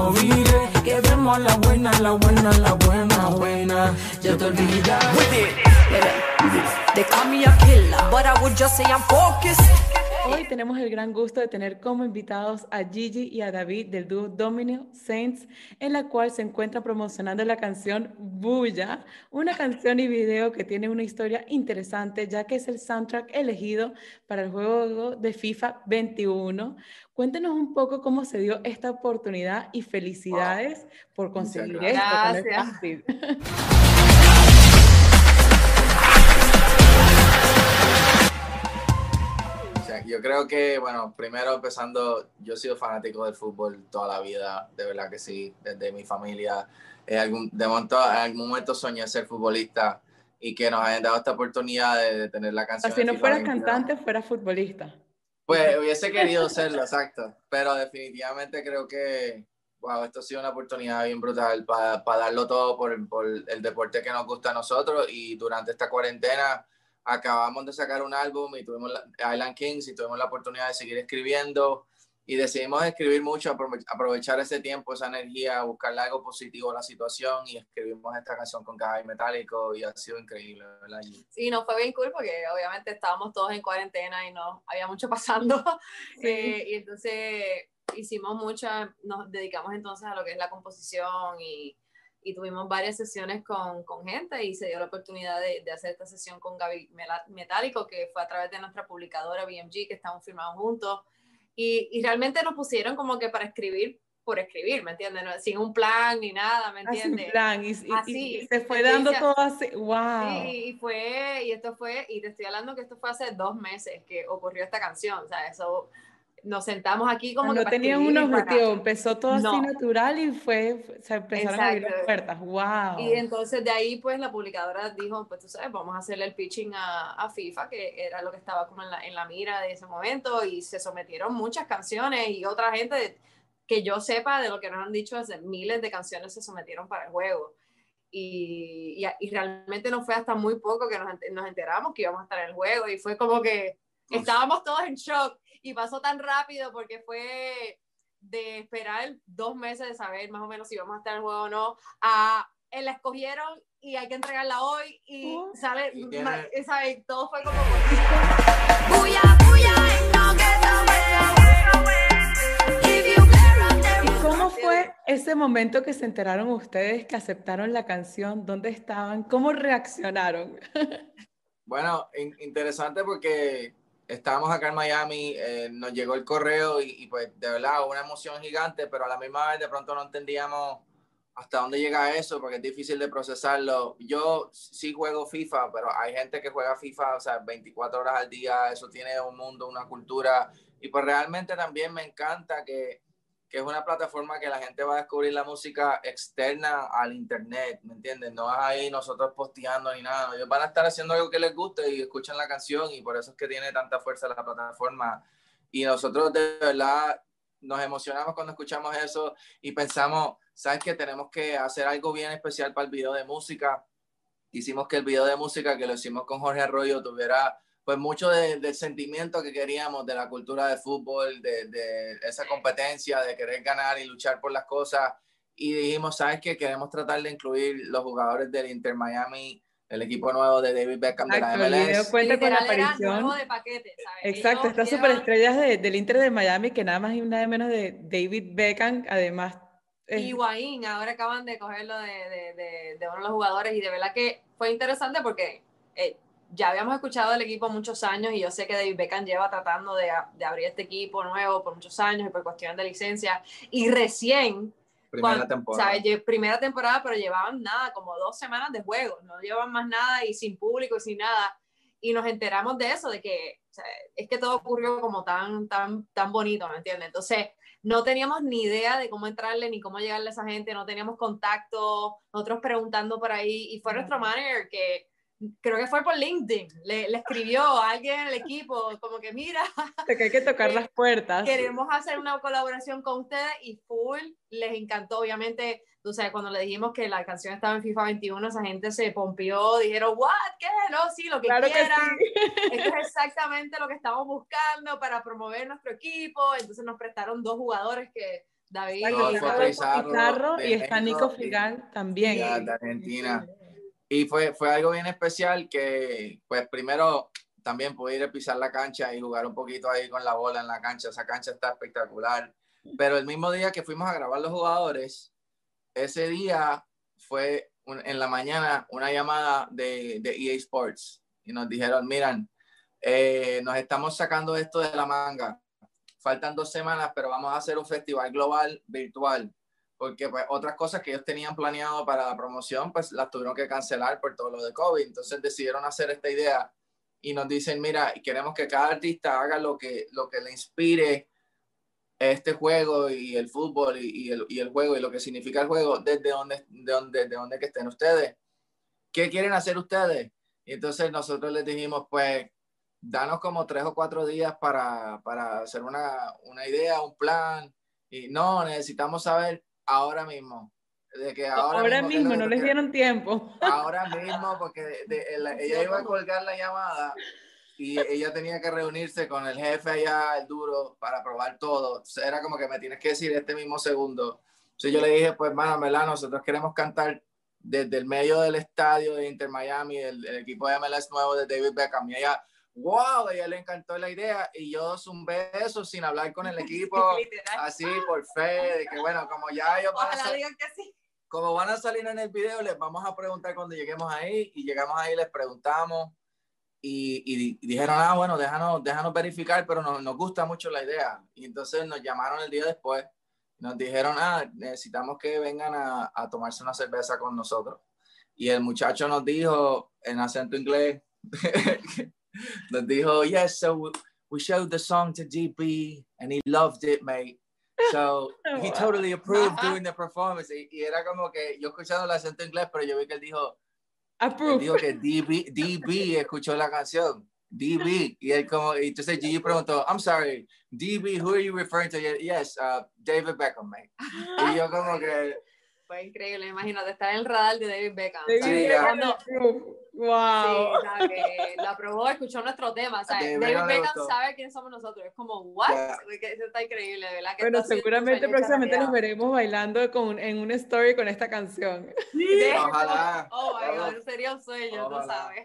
olvidé. Quedemos a la buena, la buena, la buena, buena. Ya te olvidé. They call me a killer, but I would just say I'm focused. Hoy tenemos el gran gusto de tener como invitados a Gigi y a David del dúo Domino Saints, en la cual se encuentran promocionando la canción Bulla, una canción y video que tiene una historia interesante, ya que es el soundtrack elegido para el juego de FIFA 21. Cuéntenos un poco cómo se dio esta oportunidad y felicidades por conseguir esto, que no es fácil. Yo creo que, bueno, primero empezando, yo he sido fanático del fútbol toda la vida, de verdad que sí, desde mi familia. En algún momento soñé ser futbolista y que nos hayan dado esta oportunidad de tener la canción. Si no FIFA fueras 22. cantante, fueras futbolista. Pues hubiese querido serlo, exacto, pero definitivamente creo que, wow, esto ha sido una oportunidad bien brutal para darlo todo por el deporte que nos gusta a nosotros. Y durante esta cuarentena acabamos de sacar un álbum y tuvimos Island Kings y tuvimos la oportunidad de seguir escribiendo y decidimos escribir mucho, aprovechar ese tiempo, esa energía, buscarle algo positivo a la situación, y escribimos esta canción con Gaby Metálico y ha sido increíble, ¿verdad? Sí, nos fue bien cool porque obviamente estábamos todos en cuarentena y no había mucho pasando. Sí. Y entonces hicimos nos dedicamos entonces a lo que es la composición y tuvimos varias sesiones con gente, y se dio la oportunidad de hacer esta sesión con Gaby Metálico, que fue a través de nuestra publicadora BMG, que estamos firmados juntos, y realmente nos pusieron como que para escribir por escribir, ¿me entiendes? No, sin un plan ni nada, ¿me entiendes? Sin plan, y se fue dando todo así, wow. Sí, y te estoy hablando que esto fue hace 2 meses que ocurrió esta canción, o sea, eso... Nos sentamos aquí como no que tenían un objetivo, empezó todo así natural y se empezaron a abrir las puertas, wow. Y entonces de ahí pues la publicadora dijo, pues tú sabes, vamos a hacerle el pitching a FIFA, que era lo que estaba como en la mira de ese momento, y se sometieron muchas canciones, y otra gente que yo sepa, de lo que nos han dicho, hace miles de canciones se sometieron para el juego. Y realmente no fue hasta muy poco que nos enteramos que íbamos a estar en el juego, y fue como que estábamos todos en shock, y pasó tan rápido porque fue de esperar 2 meses de saber más o menos si íbamos a estar en el juego o no, la escogieron y hay que entregarla hoy, y sale, ¿sabes? Todo fue como... ¿Y cómo fue ese momento que se enteraron ustedes que aceptaron la canción? ¿Dónde estaban? ¿Cómo reaccionaron? Bueno, interesante porque estábamos acá en Miami, nos llegó el correo y pues de verdad una emoción gigante, pero a la misma vez de pronto no entendíamos hasta dónde llega eso, porque es difícil de procesarlo. Yo sí juego FIFA, pero hay gente que juega FIFA, o sea, 24 horas al día, eso tiene un mundo, una cultura, y pues realmente también me encanta que es una plataforma que la gente va a descubrir la música externa al internet, ¿me entiendes? No es ahí nosotros posteando ni nada. Ellos van a estar haciendo algo que les guste y escuchan la canción, y por eso es que tiene tanta fuerza la plataforma. Y nosotros de verdad nos emocionamos cuando escuchamos eso y pensamos, ¿sabes qué? Tenemos que hacer algo bien especial para el video de música. Hicimos que el video de música, que lo hicimos con Jorge Arroyo, tuviera pues mucho del sentimiento que queríamos, de la cultura de fútbol, de esa competencia, de querer ganar y luchar por las cosas. Y dijimos, ¿sabes qué? Queremos tratar de incluir los jugadores del Inter Miami, el equipo nuevo de David Beckham. Exacto, de la MLS. El video cuenta con la aparición. Nuevo de paquete, ¿sabes? Exacto, estas superestrellas del Inter de Miami, que nada más y nada menos de David Beckham, además. Y Higuaín, ahora acaban de cogerlo de uno de los jugadores, y de verdad que fue interesante porque ya habíamos escuchado del equipo muchos años, y yo sé que David Beckham lleva tratando de abrir este equipo nuevo por muchos años y por cuestión de licencia, y recién primera temporada, pero llevaban nada, como 2 semanas de juego, no llevaban más nada, y sin público y sin nada, y nos enteramos de eso, de que, o sea, es que todo ocurrió como tan bonito, ¿me entiendes? Entonces no teníamos ni idea de cómo entrarle ni cómo llegarle a esa gente, no teníamos contacto, nosotros preguntando por ahí, y fue nuestro manager que creo que fue por LinkedIn, le escribió a alguien en el equipo como que mira, que hay que tocar las puertas, queremos hacer una colaboración con ustedes, y full les encantó. Obviamente, tú sabes, cuando le dijimos que la canción estaba en FIFA 21, esa gente se pompió, dijeron, ¿what? ¿Qué? No, sí, lo que claro quieran. Que sí. Esto es exactamente lo que estamos buscando para promover nuestro equipo. Entonces nos prestaron 2 jugadores que David. Rodolfo Pizarro de y está México, Nico Figal también. ya, de Argentina. Y fue algo bien especial que, pues, primero también pude ir a pisar la cancha y jugar un poquito ahí con la bola en la cancha. Esa cancha está espectacular. Pero el mismo día que fuimos a grabar los jugadores, ese día fue en la mañana una llamada de EA Sports y nos dijeron, miran, nos estamos sacando esto de la manga. Faltan 2 semanas, pero vamos a hacer un festival global virtual, porque pues otras cosas que ellos tenían planeado para la promoción, pues las tuvieron que cancelar por todo lo de COVID. Entonces decidieron hacer esta idea y nos dicen, mira, queremos que cada artista haga lo que le inspire este juego y el fútbol y el juego y lo que significa el juego desde donde que estén ustedes. ¿Qué quieren hacer ustedes? Y entonces nosotros les dijimos, pues, danos como 3 o 4 días para hacer una idea, un plan. Y no, necesitamos saber ahora mismo. De que ahora mismo no les dieron tiempo. Ahora mismo, porque ella iba a colgar la llamada y ella tenía que reunirse con el jefe allá, el duro, para probar todo. Entonces era como que me tienes que decir este mismo segundo. Entonces yo le dije, pues, mano, ¿verdad? Nosotros queremos cantar desde el medio del estadio de Inter Miami, el equipo de MLS nuevo de David Beckham. Y ella, wow, a ella le encantó la idea. Y yo zumbé eso sin hablar con el equipo, así por fe, de que bueno, como ya ellos como van a salir en el video, les vamos a preguntar cuando lleguemos ahí. Y llegamos ahí, les preguntamos. Y dijeron, bueno, déjanos verificar, pero nos gusta mucho la idea. Y entonces nos llamaron el día después. Nos dijeron, necesitamos que vengan a tomarse una cerveza con nosotros. Y el muchacho nos dijo, en acento inglés, nos dijo, yes, so we showed the song to GB and he loved it, mate. So he totally approved doing the performance. Y era como que yo escuchando el acento inglés, pero yo vi que él dijo que DB escuchó la canción. DB. Y entonces Gigi preguntó, I'm sorry, DB, who are you referring to? Yes, David Beckham, mate. Y yo como que... Fue increíble, imagínate, estar en el radar de David Beckham. Wow. Sí, que lo aprobó, escuchó nuestro tema. David Beckham sabe quién somos nosotros. Es como, what? Yeah. Eso está increíble, ¿verdad? Que bueno, seguramente próximamente nos veremos bailando en una story con esta canción. Sí, ojalá. Oh my God, sería un sueño, tú sabes.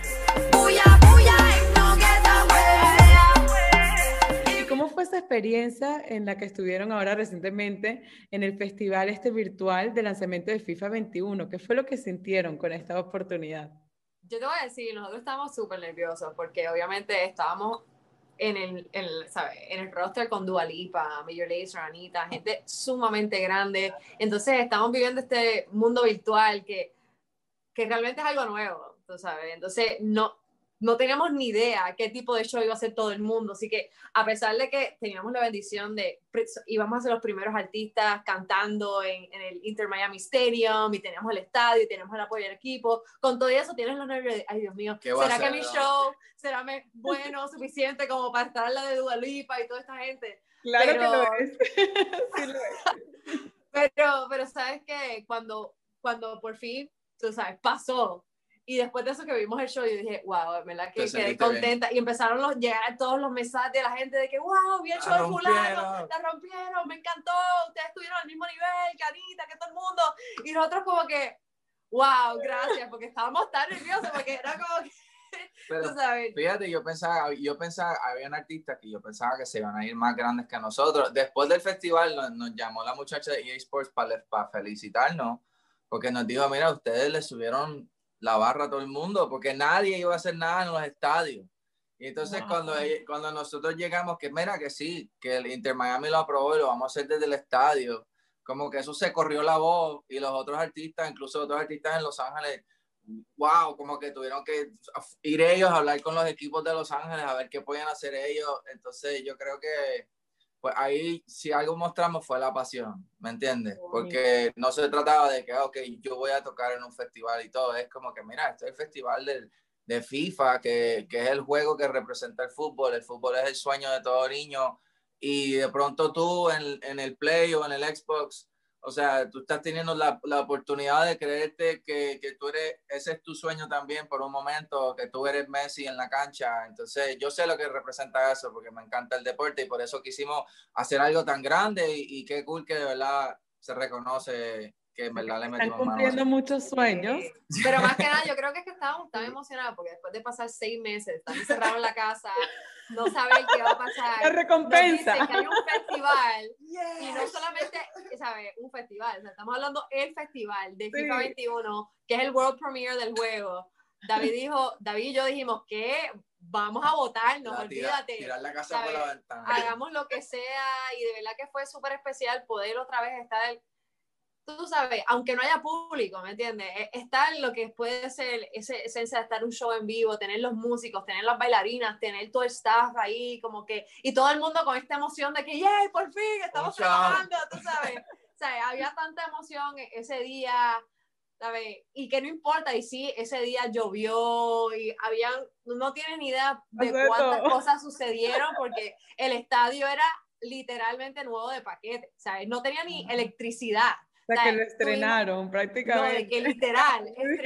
¿Y cómo fue esa experiencia en la que estuvieron ahora recientemente en el festival virtual de lanzamiento de FIFA 21? ¿Qué fue lo que sintieron con esta oportunidad? Yo te voy a decir, nosotros estábamos súper nerviosos porque obviamente estábamos en el roster con Dua Lipa, Major Lazer, Anita, gente sumamente grande. Entonces estamos viviendo este mundo virtual que realmente es algo nuevo, tú sabes. Entonces no teníamos ni idea qué tipo de show iba a hacer todo el mundo, así que a pesar de que teníamos la bendición de íbamos a ser los primeros artistas cantando en el Inter Miami Stadium y teníamos el estadio y teníamos el apoyo del equipo, con todo eso tienes los nervios de, ay Dios mío, ¿será que mi show será bueno suficiente como para estar la de Dua Lipa y toda esta gente? Claro que lo es. Sí lo es. Pero sabes que cuando por fin, tú sabes, pasó. Y después de eso que vimos el show, yo dije, wow, ¿verdad? Que quedé contenta. Bien. Y empezaron a llegar todos los mensajes de la gente de que, wow, vi el show de fulano, la rompieron, me encantó, ustedes estuvieron al mismo nivel que Anita, que todo el mundo. Y nosotros como que, wow, gracias, porque estábamos tan nerviosos, porque era como que, pero, tú sabes. Fíjate, yo pensaba, habían artistas que yo pensaba que se iban a ir más grandes que nosotros. Después del festival nos llamó la muchacha de EA Sports para felicitarnos, porque nos dijo, mira, ustedes le subieron la barra a todo el mundo, porque nadie iba a hacer nada en los estadios. Y entonces cuando nosotros llegamos, que mira que sí, que el Inter Miami lo aprobó y lo vamos a hacer desde el estadio, como que eso se corrió la voz y los otros artistas, incluso otros artistas en Los Ángeles, wow, como que tuvieron que ir ellos a hablar con los equipos de Los Ángeles a ver qué podían hacer ellos. Entonces yo creo que pues ahí si algo mostramos fue la pasión, ¿me entiendes? Porque no se trataba de que, ok, yo voy a tocar en un festival y todo, es como que, mira, este es el festival de FIFA, que es el juego que representa el fútbol es el sueño de todo niño, y de pronto tú en el Play o en el Xbox O sea, tú estás teniendo la oportunidad de creerte que tú eres, ese es tu sueño también por un momento, que tú eres Messi en la cancha. Entonces, yo sé lo que representa eso porque me encanta el deporte y por eso quisimos hacer algo tan grande y qué cool que de verdad se reconoce que en verdad le metimos Están cumpliendo muchos sueños. Pero más que nada, yo creo que es que estábamos tan emocionados porque después de pasar 6 meses, estar encerrados en la casa, no saber qué va a pasar. La recompensa. Nos dicen que hay un festival y no solamente, ¿sabes? Un festival, o sea, estamos hablando del festival de FIFA 21, que es el World Premiere del juego. David y yo dijimos que vamos a votarnos, olvídate. Tirar la casa por la ventana. Hagamos lo que sea y de verdad que fue súper especial poder otra vez estar, tú sabes, aunque no haya público, ¿me entiendes? Estar lo que puede ser esa esencia de estar un show en vivo, tener los músicos, tener las bailarinas, tener todo el staff ahí, como que, y todo el mundo con esta emoción de que, ¡yay, por fin, estamos trabajando! Tú sabes, o sea, había tanta emoción ese día, ¿sabes? Y que no importa, y sí, ese día llovió, y no tienes ni idea de cuántas cosas sucedieron, porque el estadio era literalmente nuevo de paquete, ¿sabes? No tenía ni electricidad. O sea, que lo estrenaron prácticamente. No, de que literal,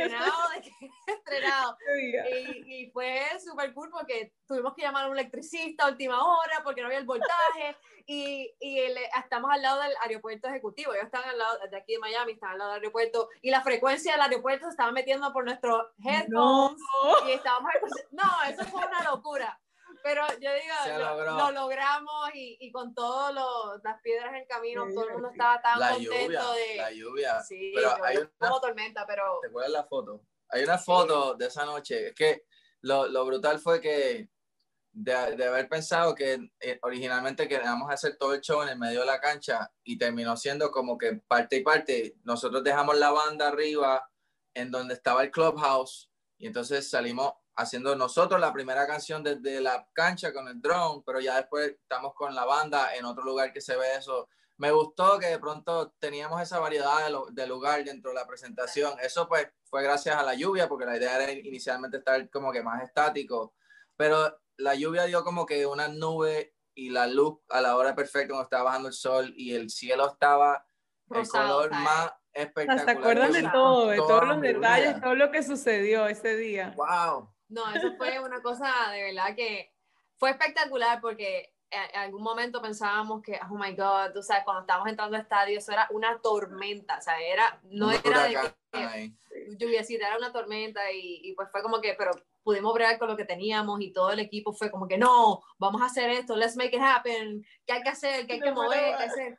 estrenado. Y fue súper cool porque tuvimos que llamar a un electricista a última hora porque no había el voltaje y estamos al lado del aeropuerto ejecutivo. Ellos están al lado, de aquí de Miami, están al lado del aeropuerto y la frecuencia del aeropuerto se estaba metiendo por nuestros headphones y estábamos... No, eso fue una locura. Pero yo digo, lo logramos y con todas las piedras en el camino, todo el mundo estaba tan contento de... La lluvia. Sí, pero hay como tormenta, pero... ¿Te acuerdas la foto? Hay una foto de esa noche. Es que lo brutal fue que de haber pensado que originalmente queríamos hacer todo el show en el medio de la cancha y terminó siendo como que parte y parte. Nosotros dejamos la banda arriba en donde estaba el clubhouse y entonces salimos haciendo nosotros la primera canción desde la cancha con el drone, pero ya después estamos con la banda en otro lugar que se ve eso. Me gustó que de pronto teníamos esa variedad de lugar dentro de la presentación. Eso pues fue gracias a la lluvia, porque la idea era inicialmente estar como que más estático, pero la lluvia dio como que una nube y la luz a la hora perfecta cuando estaba bajando el sol y el cielo estaba rosado, el color más espectacular. ¿Se acuerdan de todo, de todos los detalles, todo lo que sucedió ese día? ¡Wow! No, eso fue una cosa de verdad que fue espectacular porque en algún momento pensábamos que, oh my God, tú sabes, cuando estábamos entrando al estadio, eso era una tormenta, o sea, no era de que lluviecita, era una tormenta y pues fue como que, pero pudimos bregar con lo que teníamos y todo el equipo fue como que no, vamos a hacer esto, let's make it happen, ¿qué hay que hacer? ¿Qué hay que mover? ¿Qué hay que hacer?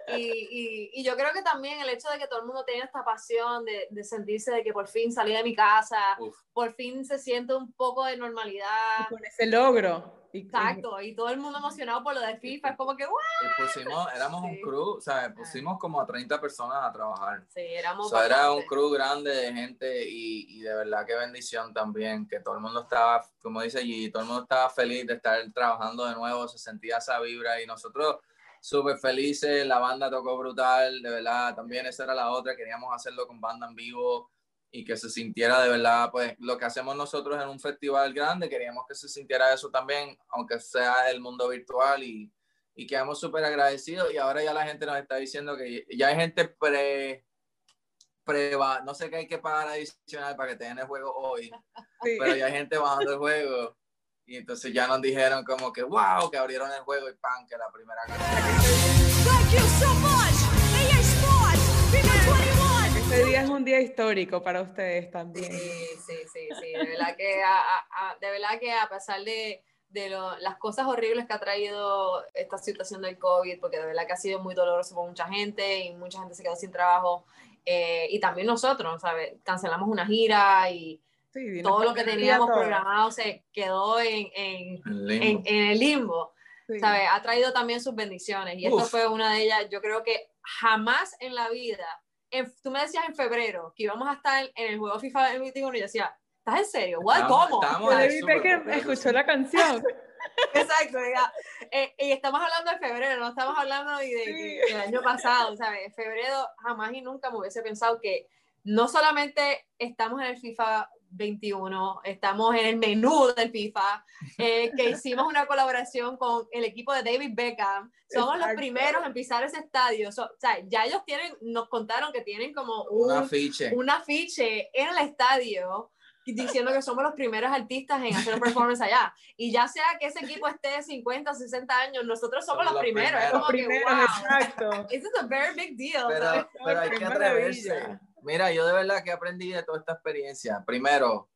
Y yo creo que también el hecho de que todo el mundo tenga esta pasión de sentirse de que por fin salí de mi casa, por fin se siente un poco de normalidad. Y con ese logro. Exacto, y todo el mundo emocionado por lo de FIFA, es como que ¡wow! Éramos un crew, ¿sabes? Pusimos como a 30 personas a trabajar. Sí, éramos era un crew grande de gente y de verdad qué bendición también, que todo el mundo estaba, como dice Gigi, todo el mundo estaba feliz de estar trabajando de nuevo, se sentía esa vibra y nosotros súper felices, la banda tocó brutal, de verdad, también esa era la otra, queríamos hacerlo con banda en vivo y que se sintiera de verdad, pues lo que hacemos nosotros en un festival grande, queríamos que se sintiera eso también, aunque sea el mundo virtual y quedamos súper agradecidos y ahora ya la gente nos está diciendo que ya hay gente no sé qué hay que pagar adicional para que te den el juego hoy, pero ya hay gente bajando el juego y entonces ya nos dijeron como que wow, que abrieron el juego y pan, que la primera canción. Thank you so much. EA Sports, FIFA 21. Este día es un día histórico para ustedes también. Sí. De verdad que a pesar de las cosas horribles que ha traído esta situación del COVID, porque de verdad que ha sido muy doloroso para mucha gente y mucha gente se quedó sin trabajo, y también nosotros, ¿sabes? Cancelamos una gira y todo lo que teníamos programado se quedó en el limbo. ¿Sabes? Ha traído también sus bendiciones y esto fue una de ellas. Yo creo que jamás en la vida, tú me decías en febrero que íbamos a estar en el juego FIFA 21 y yo decía, ¿estás en serio? ¿Cómo? Que escuchó la canción. Exacto, y estamos hablando de febrero, no estamos hablando del año pasado, ¿sabes? En febrero jamás y nunca me hubiese pensado que no solamente estamos en el FIFA 21, estamos en el menú del FIFA, que hicimos una colaboración con el equipo de David Beckham. Somos los primeros en pisar ese estadio. O sea, ya ellos nos contaron que tienen como un afiche en el estadio diciendo que somos los primeros artistas en hacer un performance allá. Y ya sea que ese equipo esté de 50, 60 años, nosotros somos los primeros. Es como que, wow, exacto. this is a very big deal. Pero hay que atreverse. Mira, yo de verdad que aprendí de toda esta experiencia. Primero,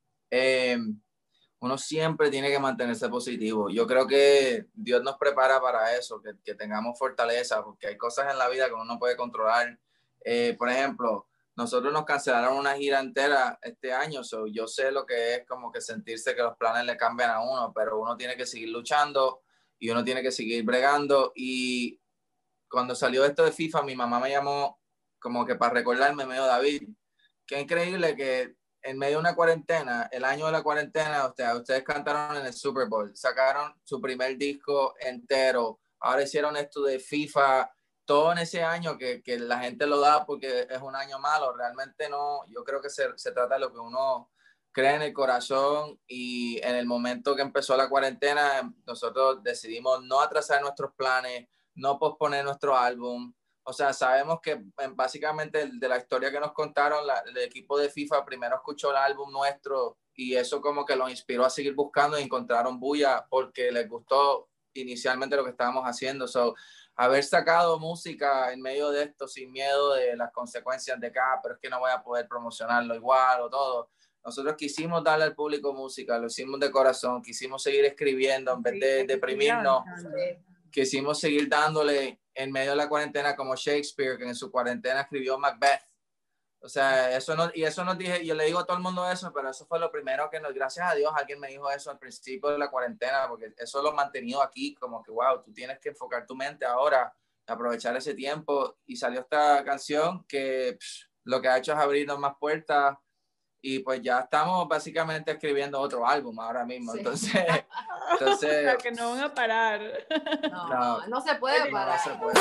uno siempre tiene que mantenerse positivo. Yo creo que Dios nos prepara para eso, que tengamos fortaleza, porque hay cosas en la vida que uno no puede controlar. Por ejemplo, nosotros nos cancelaron una gira entera este año, yo sé lo que es como que sentirse que los planes le cambian a uno, pero uno tiene que seguir luchando y uno tiene que seguir bregando. Y cuando salió esto de FIFA, mi mamá me llamó como que para recordarme, me dijo, David, qué increíble que en medio de una cuarentena, el año de la cuarentena, ustedes cantaron en el Super Bowl, sacaron su primer disco entero, ahora hicieron esto de FIFA, todo en ese año que la gente lo da porque es un año malo. Realmente no, yo creo que se trata de lo que uno cree en el corazón, y en el momento que empezó la cuarentena, nosotros decidimos no atrasar nuestros planes, no posponer nuestro álbum. O sea, sabemos que básicamente de la historia que nos contaron, el equipo de FIFA primero escuchó el álbum nuestro y eso como que los inspiró a seguir buscando y encontraron Bulla porque les gustó inicialmente lo que estábamos haciendo. So, haber sacado música en medio de esto sin miedo de las consecuencias de pero es que no voy a poder promocionarlo igual o todo. Nosotros quisimos darle al público música, lo hicimos de corazón, quisimos seguir escribiendo en vez de deprimirnos. Quisimos seguir dándole en medio de la cuarentena como Shakespeare, que en su cuarentena escribió Macbeth. O sea, eso nos dije, yo le digo a todo el mundo eso, pero eso fue lo primero que gracias a Dios, alguien me dijo eso al principio de la cuarentena, porque eso lo ha mantenido aquí, como que, wow, tú tienes que enfocar tu mente ahora, aprovechar ese tiempo, y salió esta canción que lo que ha hecho es abrirnos más puertas, y pues ya estamos básicamente escribiendo otro álbum ahora mismo, sí. entonces o sea, que no van a parar. No se puede parar. No se puede.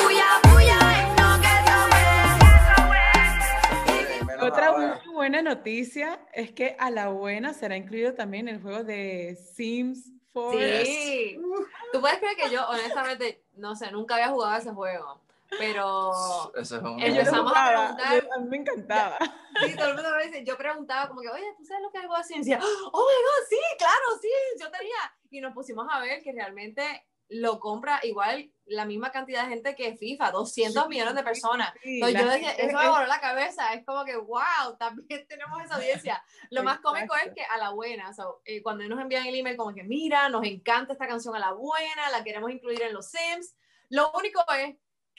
Otra muy buena noticia es que A La Buena será incluido también en el juego de Sims 4. Sí. Tú puedes creer que yo, honestamente, no sé, nunca había jugado ese juego, pero empezamos a preguntar. A mí me encantaba. Sí, todo el mundo me dice, yo preguntaba como que, oye, ¿tú sabes lo que es algo así? Y decía, oh my God, sí, claro, sí, yo tenía. Y nos pusimos a ver que realmente lo compra igual la misma cantidad de gente que FIFA, 200 millones de personas. Entonces yo decía, eso me voló la cabeza, es como que, wow, también tenemos esa audiencia. Lo más cómico es que A La Buena, cuando nos envían el email como que, mira, nos encanta esta canción A La Buena, la queremos incluir en los Sims, lo único es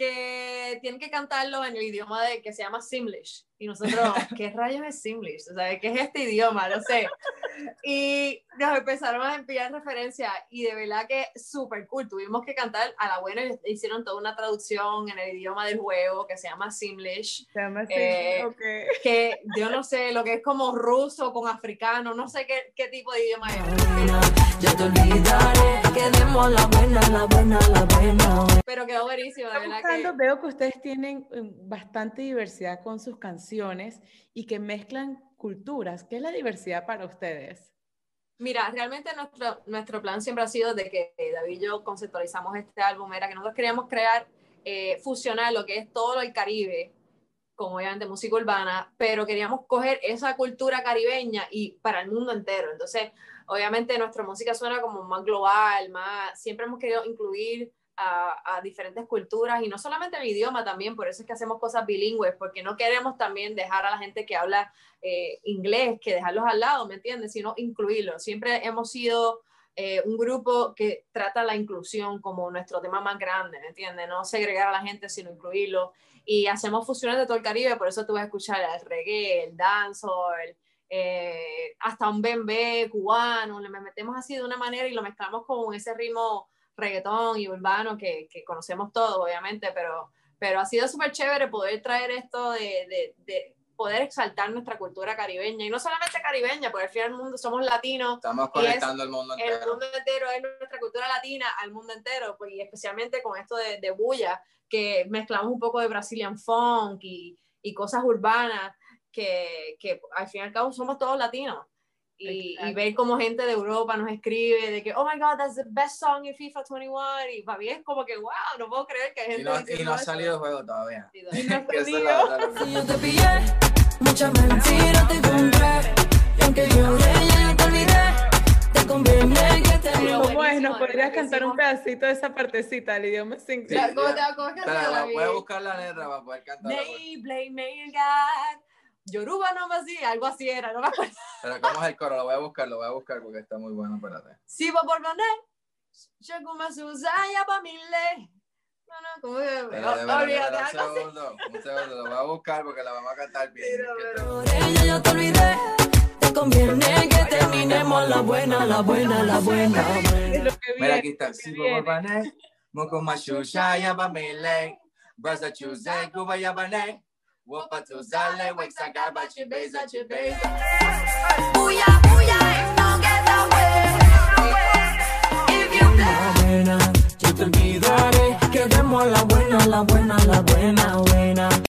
que tienen que cantarlo en el idioma que se llama Simlish. Y nosotros, ¿qué rayos es Simlish? O sea, ¿qué es este idioma? No sé. Y nos empezaron a enviar referencias y de verdad que súper cool. Tuvimos que cantar A La Buena y hicieron toda una traducción en el idioma del juego que se llama Simlish. Se llama Simlish, okay. Que yo no sé, lo que es como ruso con africano, no sé qué tipo de idioma es. Yo te olvidaré, quedemos la buena. Pero quedó buenísimo, de verdad que... Veo que ustedes tienen bastante diversidad con sus canciones y que mezclan culturas. ¿Qué es la diversidad para ustedes? Mira, realmente nuestro plan siempre ha sido de que David y yo conceptualizamos este álbum, era que nosotros queríamos crear, fusionar lo que es todo el Caribe, como obviamente música urbana, pero queríamos coger esa cultura caribeña y para el mundo entero. Entonces, obviamente nuestra música suena como más global, siempre hemos querido incluir a diferentes culturas y no solamente el idioma también, por eso es que hacemos cosas bilingües, porque no queremos también dejar a la gente que habla inglés, que dejarlos al lado, ¿me entiendes? Sino incluirlos. Siempre hemos sido un grupo que trata la inclusión como nuestro tema más grande, ¿me entiendes? No segregar a la gente, sino incluirlo. Y hacemos fusiones de todo el Caribe, por eso tú vas a escuchar el reggae, el dancehall, hasta un bembé cubano, le metemos así de una manera y lo mezclamos con ese ritmo reggaetón y urbano que conocemos todos, obviamente, pero ha sido súper chévere poder traer esto de poder exaltar nuestra cultura caribeña, y no solamente caribeña, porque al final del mundo somos latinos. Estamos conectando el mundo entero. El mundo entero es nuestra cultura latina al mundo entero, pues, y especialmente con esto de Bulla, que mezclamos un poco de Brazilian funk y cosas urbanas, que al fin y al cabo somos todos latinos. y Exacto. ver cómo gente de Europa nos escribe de que, oh my God, that's the best song in FIFA 21. Y para mí es como que, wow, no puedo creer que hay gente Y no diciendo ha eso. salido el juego todavía. Sí, Y no ha Que esa es salido. la otra locura. Si yo te pillé, muchas mentiras te compré. Y aunque lloré, ya yo te olvidé. Te conviene que te Pero ¿Cómo es? buenísimo, ¿Nos de podrías verdad que cantar un hicimos- pedacito de esa partecita, el idioma sin Sí, Ya, ¿cómo ya. ¿cómo es que se Espera, llama? voy a buscar la letra para poder cantarla. Blame me God. Yoruba no más así, algo así era, no me acuerdo. Pero ¿cómo es el coro? Lo voy a buscar porque está muy bueno, espérate. Si va por poner, Shakuma Susaya pa' mi ley. No, ¿cómo que? Olvídate, algo así. Un segundo, lo voy a buscar porque la vamos a cantar bien. Pero, Es que pero- Por ella yo te olvidé. Te conviene que terminemos la buena, la buena, la buena. Es lo que Mira, viene, aquí está. lo que Si viene. por pané, moco machusha ya pa mi ley. Brasa chuse, kuba ya pané. Wopa tu sale, wek sacar pa chibeza, chibeza. Buya, buya, and don't get away. If you La buena, yo te olvidaré. Queremos la buena, la buena, la buena, buena.